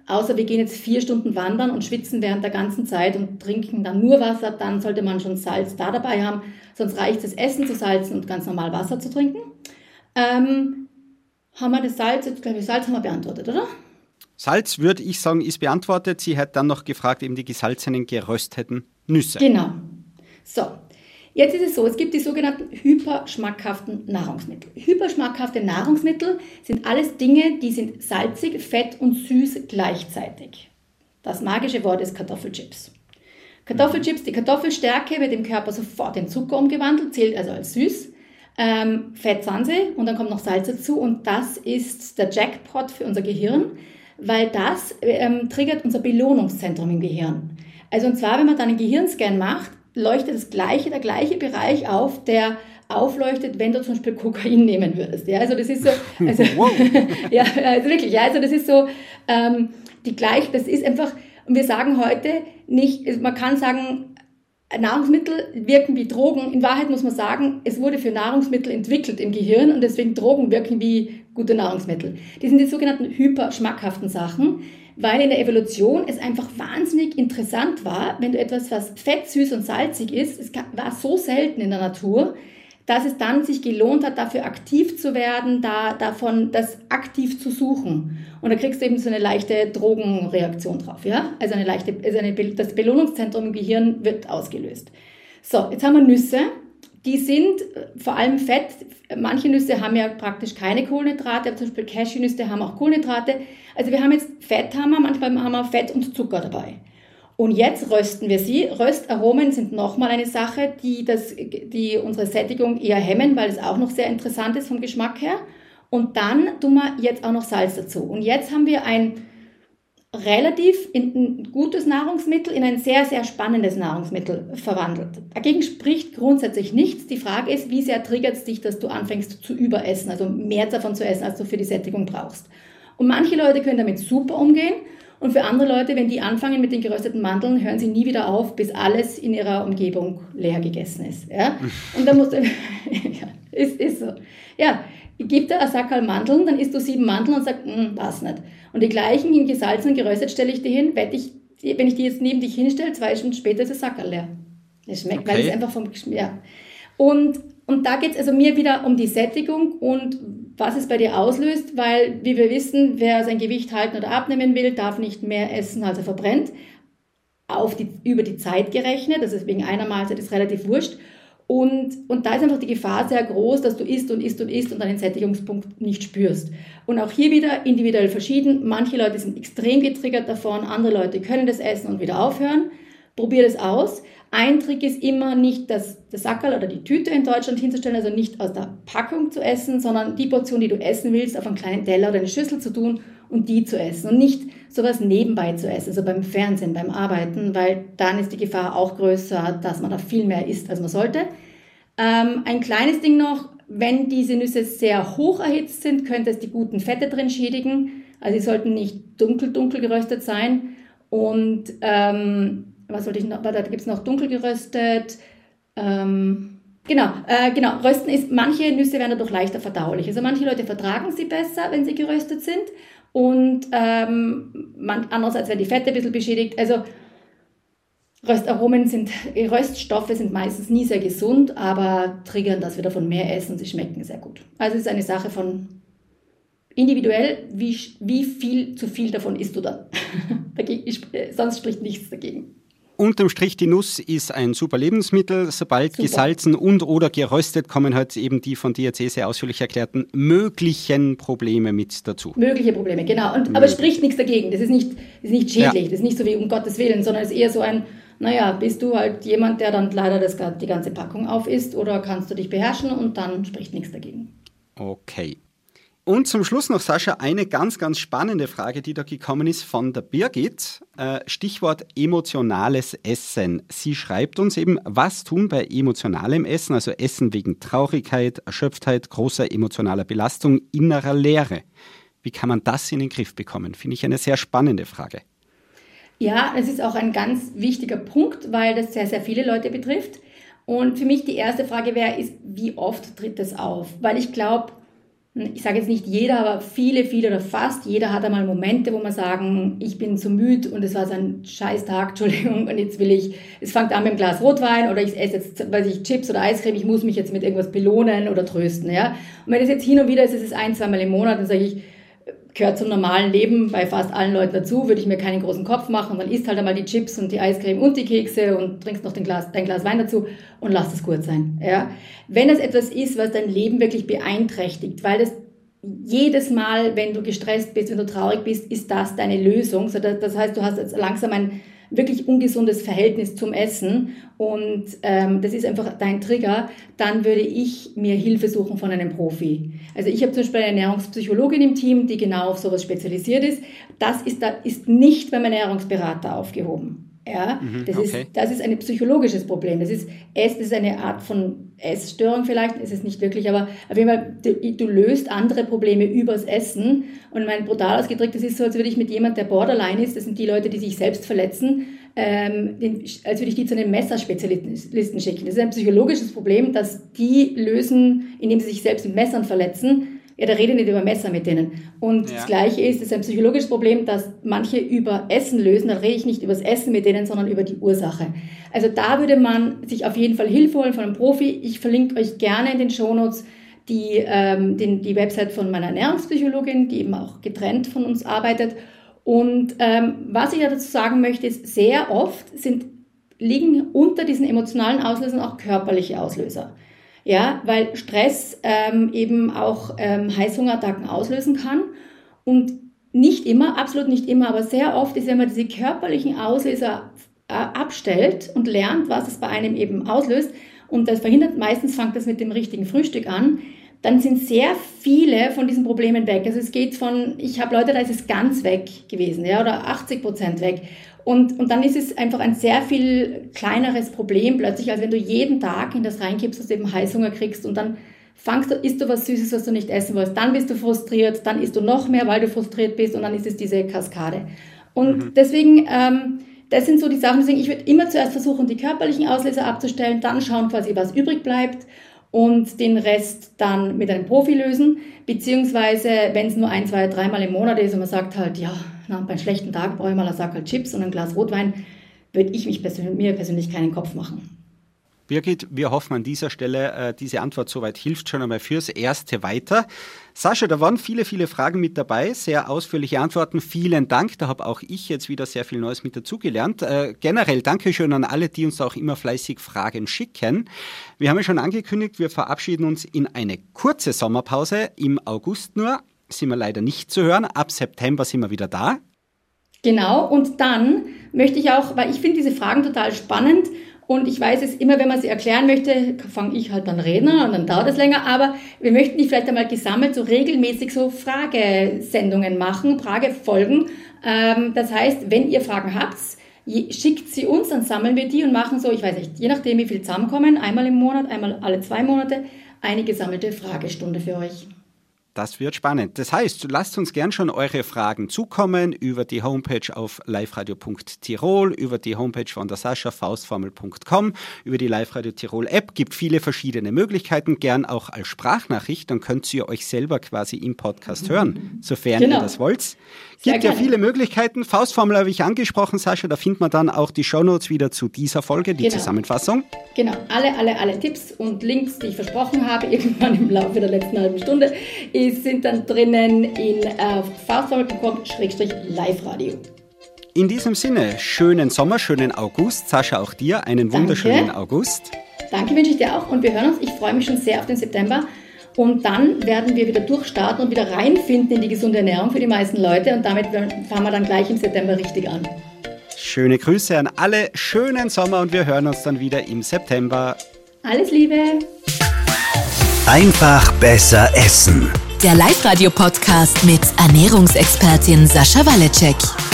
außer wir gehen jetzt vier Stunden wandern und schwitzen während der ganzen Zeit und trinken dann nur Wasser, dann sollte man schon Salz da dabei haben, sonst reicht es, Essen zu salzen und ganz normal Wasser zu trinken. Ähm, haben wir das Salz, jetzt glaube ich, Salz haben wir beantwortet, oder? Salz, würde ich sagen, ist beantwortet. Sie hat dann noch gefragt, eben die gesalzenen, gerösteten Nüsse. Genau. So, jetzt ist es so, es gibt die sogenannten hyperschmackhaften Nahrungsmittel. Hyperschmackhafte Nahrungsmittel sind alles Dinge, die sind salzig, fett und süß gleichzeitig. Das magische Wort ist Kartoffelchips. Kartoffelchips, die Kartoffelstärke wird im Körper sofort in Zucker umgewandelt, zählt also als süß. Ähm, Fett sind sie und dann kommt noch Salz dazu und das ist der Jackpot für unser Gehirn, weil das ähm, triggert unser Belohnungszentrum im Gehirn. Also und zwar, wenn man dann einen Gehirnscan macht, leuchtet das gleiche, der gleiche Bereich auf, der aufleuchtet, wenn du zum Beispiel Kokain nehmen würdest. Ja, also das ist so, also, ja, also wirklich, ja, also das ist so, ähm, die gleich, das ist einfach, und wir sagen heute nicht, man kann sagen, Nahrungsmittel wirken wie Drogen. In Wahrheit muss man sagen, es wurde für Nahrungsmittel entwickelt im Gehirn und deswegen Drogen wirken wie gute Nahrungsmittel. Die sind die sogenannten hyperschmackhaften Sachen, weil in der Evolution es einfach wahnsinnig interessant war, wenn du etwas, was fett, süß und salzig ist, es war so selten in der Natur, dass es dann sich gelohnt hat, dafür aktiv zu werden, da, davon das aktiv zu suchen. Und da kriegst du eben so eine leichte Drogenreaktion drauf, ja? Also eine leichte, also eine, das Belohnungszentrum im Gehirn wird ausgelöst. So, jetzt haben wir Nüsse. Die sind vor allem Fett. Manche Nüsse haben ja praktisch keine Kohlenhydrate, aber zum Beispiel Cashewnüsse haben auch Kohlenhydrate. Also wir haben jetzt Fett, haben wir, manchmal haben wir Fett und Zucker dabei. Und jetzt rösten wir sie. Röstaromen sind nochmal eine Sache, die, das, die unsere Sättigung eher hemmen, weil es auch noch sehr interessant ist vom Geschmack her. Und dann tun wir jetzt auch noch Salz dazu. Und jetzt haben wir ein relativ in, ein gutes Nahrungsmittel in ein sehr, sehr spannendes Nahrungsmittel verwandelt. Dagegen spricht grundsätzlich nichts. Die Frage ist, wie sehr triggert es dich, dass du anfängst zu überessen, also mehr davon zu essen, als du für die Sättigung brauchst. Und manche Leute können damit super umgehen. Und für andere Leute, wenn die anfangen mit den gerösteten Mandeln, hören sie nie wieder auf, bis alles in ihrer Umgebung leer gegessen ist. Ja? Und da musst du, ja, ist, ist so. Ja, gib dir ein Sackerl Mandeln, dann isst du sieben Mandeln und sagst, passt nicht. Und die gleichen in gesalzen und geröstet stelle ich dir hin, wette ich, wenn ich die jetzt neben dich hinstelle, zwei Stunden später ist das Sackerl leer. Das schmeckt, okay. Weil es einfach vom Geschmack, ja. Und, und da geht es also mir wieder um die Sättigung und was es bei dir auslöst, weil, wie wir wissen, wer sein Gewicht halten oder abnehmen will, darf nicht mehr essen, als er verbrennt, auf die, über die Zeit gerechnet, das ist wegen einer Mahlzeit ist relativ wurscht. Und, und da ist einfach die Gefahr sehr groß, dass du isst und isst und isst und dann den Sättigungspunkt nicht spürst. Und auch hier wieder individuell verschieden. Manche Leute sind extrem getriggert davon, andere Leute können das essen und wieder aufhören. Probier das aus. Ein Trick ist immer nicht das, das Sackerl oder die Tüte in Deutschland hinzustellen, also nicht aus der Packung zu essen, sondern die Portion, die du essen willst, auf einen kleinen Teller oder eine Schüssel zu tun und die zu essen. Und nicht sowas nebenbei zu essen, also beim Fernsehen, beim Arbeiten, weil dann ist die Gefahr auch größer, dass man da viel mehr isst, als man sollte. Ähm, ein kleines Ding noch, wenn diese Nüsse sehr hoch erhitzt sind, könnte es die guten Fette drin schädigen. Also sie sollten nicht dunkel, dunkel geröstet sein. Und ähm, was wollte ich noch? Da gibt es noch dunkel geröstet. Ähm, genau, äh, genau. Rösten ist, manche Nüsse werden dadurch leichter verdaulich. Also manche Leute vertragen sie besser, wenn sie geröstet sind. Und ähm, man, andererseits werden die Fette ein bisschen beschädigt. Also Röstaromen sind, Röststoffe sind meistens nie sehr gesund, aber triggern, dass wir davon mehr essen und sie schmecken sehr gut. Also es ist eine Sache von individuell, wie, wie viel zu viel davon isst du dann. dagegen, sonst spricht nichts dagegen. Unterm Strich, die Nuss ist ein super Lebensmittel. Sobald super. Gesalzen und oder geröstet, kommen halt eben die von dir jetzt eh sehr ausführlich erklärten möglichen Probleme mit dazu. Mögliche Probleme, genau. Und, aber spricht nichts dagegen. Das ist nicht, ist nicht schädlich. Ja. Das ist nicht so wie um Gottes Willen, sondern es ist eher so ein, naja, bist du halt jemand, der dann leider das, die ganze Packung aufisst oder kannst du dich beherrschen und dann spricht nichts dagegen. Okay. Und zum Schluss noch, Sascha, eine ganz, ganz spannende Frage, die da gekommen ist von der Birgit. Äh, Stichwort emotionales Essen. Sie schreibt uns eben, was tun bei emotionalem Essen, also Essen wegen Traurigkeit, Erschöpftheit, großer emotionaler Belastung, innerer Leere. Wie kann man das in den Griff bekommen? Finde ich eine sehr spannende Frage. Ja, es ist auch ein ganz wichtiger Punkt, weil das sehr, sehr viele Leute betrifft. Und für mich die erste Frage wäre, ist, wie oft tritt das auf? Weil ich glaube, ich sage jetzt nicht jeder, aber viele, viele oder fast jeder hat einmal Momente, wo man sagen, ich bin zu müde und es war so ein scheiß Tag, Entschuldigung, und jetzt will ich, es fängt an mit einem Glas Rotwein oder ich esse jetzt, weiß ich, Chips oder Eiscreme, ich muss mich jetzt mit irgendwas belohnen oder trösten, ja. Und wenn es jetzt hin und wieder ist, ist es ein, zweimal im Monat, dann sage ich, gehört zum normalen Leben bei fast allen Leuten dazu, würde ich mir keinen großen Kopf machen und dann isst halt einmal die Chips und die Eiscreme und die Kekse und trinkst noch den Glas, dein Glas Wein dazu und lass es gut sein. Ja? Wenn es etwas ist, was dein Leben wirklich beeinträchtigt, weil das jedes Mal, wenn du gestresst bist, wenn du traurig bist, ist das deine Lösung. Das heißt, du hast jetzt langsam ein wirklich ungesundes Verhältnis zum Essen und ähm, das ist einfach dein Trigger, dann würde ich mir Hilfe suchen von einem Profi. Also ich habe zum Beispiel eine Ernährungspsychologin im Team, die genau auf sowas spezialisiert ist. Das ist, da ist nicht beim Ernährungsberater aufgehoben. Ja, das, okay. ist, das ist ein psychologisches Problem. Das ist, Ess, das ist eine Art von Essstörung vielleicht, ist es nicht wirklich, aber auf jeden Fall, du, du löst andere Probleme übers Essen. Und mein brutal ausgedrückt, das ist so, als würde ich mit jemand, der Borderline ist, das sind die Leute, die sich selbst verletzen, ähm, den, als würde ich die zu einem Messerspezialisten schicken. Das ist ein psychologisches Problem, das die lösen, indem sie sich selbst mit Messern verletzen. Ja, da rede ich nicht über Messer mit denen. Und ja. Das Gleiche ist, es ist ein psychologisches Problem, dass manche über Essen lösen. Da rede ich nicht über das Essen mit denen, sondern über die Ursache. Also da würde man sich auf jeden Fall Hilfe holen von einem Profi. Ich verlinke euch gerne in den Shownotes die, ähm, den, die Website von meiner Ernährungspsychologin, die eben auch getrennt von uns arbeitet. Und ähm, was ich dazu sagen möchte, ist, sehr oft sind, liegen unter diesen emotionalen Auslösern auch körperliche Auslöser. Ja, weil Stress ähm, eben auch ähm, Heißhungerattacken auslösen kann und nicht immer, absolut nicht immer, aber sehr oft ist, wenn man diese körperlichen Auslöser äh, abstellt und lernt, was es bei einem eben auslöst und das verhindert, meistens fängt das mit dem richtigen Frühstück an, dann sind sehr viele von diesen Problemen weg. Also es geht von, ich habe Leute, da ist es ganz weg gewesen, ja, oder achtzig Prozent weg. Und, und dann ist es einfach ein sehr viel kleineres Problem plötzlich, als wenn du jeden Tag in das reinkippst, dass du eben Heißhunger kriegst und dann fangst du, isst du was Süßes, was du nicht essen wolltest, dann bist du frustriert, dann isst du noch mehr, weil du frustriert bist und dann ist es diese Kaskade. Und mhm. deswegen, ähm, das sind so die Sachen, deswegen, ich würde immer zuerst versuchen, die körperlichen Auslöser abzustellen, dann schauen quasi, was übrig bleibt und den Rest dann mit einem Profi lösen, beziehungsweise wenn es nur ein, zwei, dreimal im Monat ist und man sagt halt, ja, na, bei einem schlechten Tag brauche ich mal einen Sack halt Chips und ein Glas Rotwein, würde ich mich persönlich, mir persönlich keinen Kopf machen. Birgit, wir hoffen an dieser Stelle, äh, diese Antwort soweit hilft schon einmal fürs Erste weiter. Sascha, da waren viele, viele Fragen mit dabei, sehr ausführliche Antworten. Vielen Dank, da habe auch ich jetzt wieder sehr viel Neues mit dazugelernt. Äh, generell Dankeschön an alle, die uns da auch immer fleißig Fragen schicken. Wir haben ja schon angekündigt, wir verabschieden uns in eine kurze Sommerpause. Im August nur sind wir leider nicht zu hören. Ab September sind wir wieder da. Genau, und dann möchte ich auch, weil ich finde diese Fragen total spannend, und ich weiß es immer, wenn man sie erklären möchte, fange ich halt dann Redner und dann dauert es länger. Aber wir möchten die vielleicht einmal gesammelt so regelmäßig so Fragesendungen machen, Fragefolgen. Ähm, das heißt, wenn ihr Fragen habt, schickt sie uns, dann sammeln wir die und machen so, ich weiß nicht, je nachdem wie viel zusammenkommen, einmal im Monat, einmal alle zwei Monate, eine gesammelte Fragestunde für euch. Das wird spannend. Das heißt, lasst uns gern schon eure Fragen zukommen über die Homepage auf liveradio punkt tirol, über die Homepage von der Sascha, faustformel punkt com, über die Live-Radio Tirol App. Gibt viele verschiedene Möglichkeiten, gern auch als Sprachnachricht. Dann könnt ihr euch selber quasi im Podcast hören, sofern genau. ihr das wollt. Gibt ja viele Möglichkeiten. Faustformel habe ich angesprochen, Sascha. Da findet man dann auch die Shownotes wieder zu dieser Folge, die genau. Zusammenfassung. Genau, alle, alle, alle Tipps und Links, die ich versprochen habe, irgendwann im Laufe der letzten halben Stunde, sind dann drinnen in äh, faustformel punkt com Schrägstrich Live Radio. In diesem Sinne, schönen Sommer, schönen August. Sascha, auch dir einen wunderschönen Danke. August. Danke, wünsche ich dir auch. Und wir hören uns. Ich freue mich schon sehr auf den September. Und dann werden wir wieder durchstarten und wieder reinfinden in die gesunde Ernährung für die meisten Leute. Und damit fangen wir dann gleich im September richtig an. Schöne Grüße an alle, schönen Sommer und wir hören uns dann wieder im September. Alles Liebe! Einfach besser essen. Der Live-Radio-Podcast mit Ernährungsexpertin Sascha Waleczek.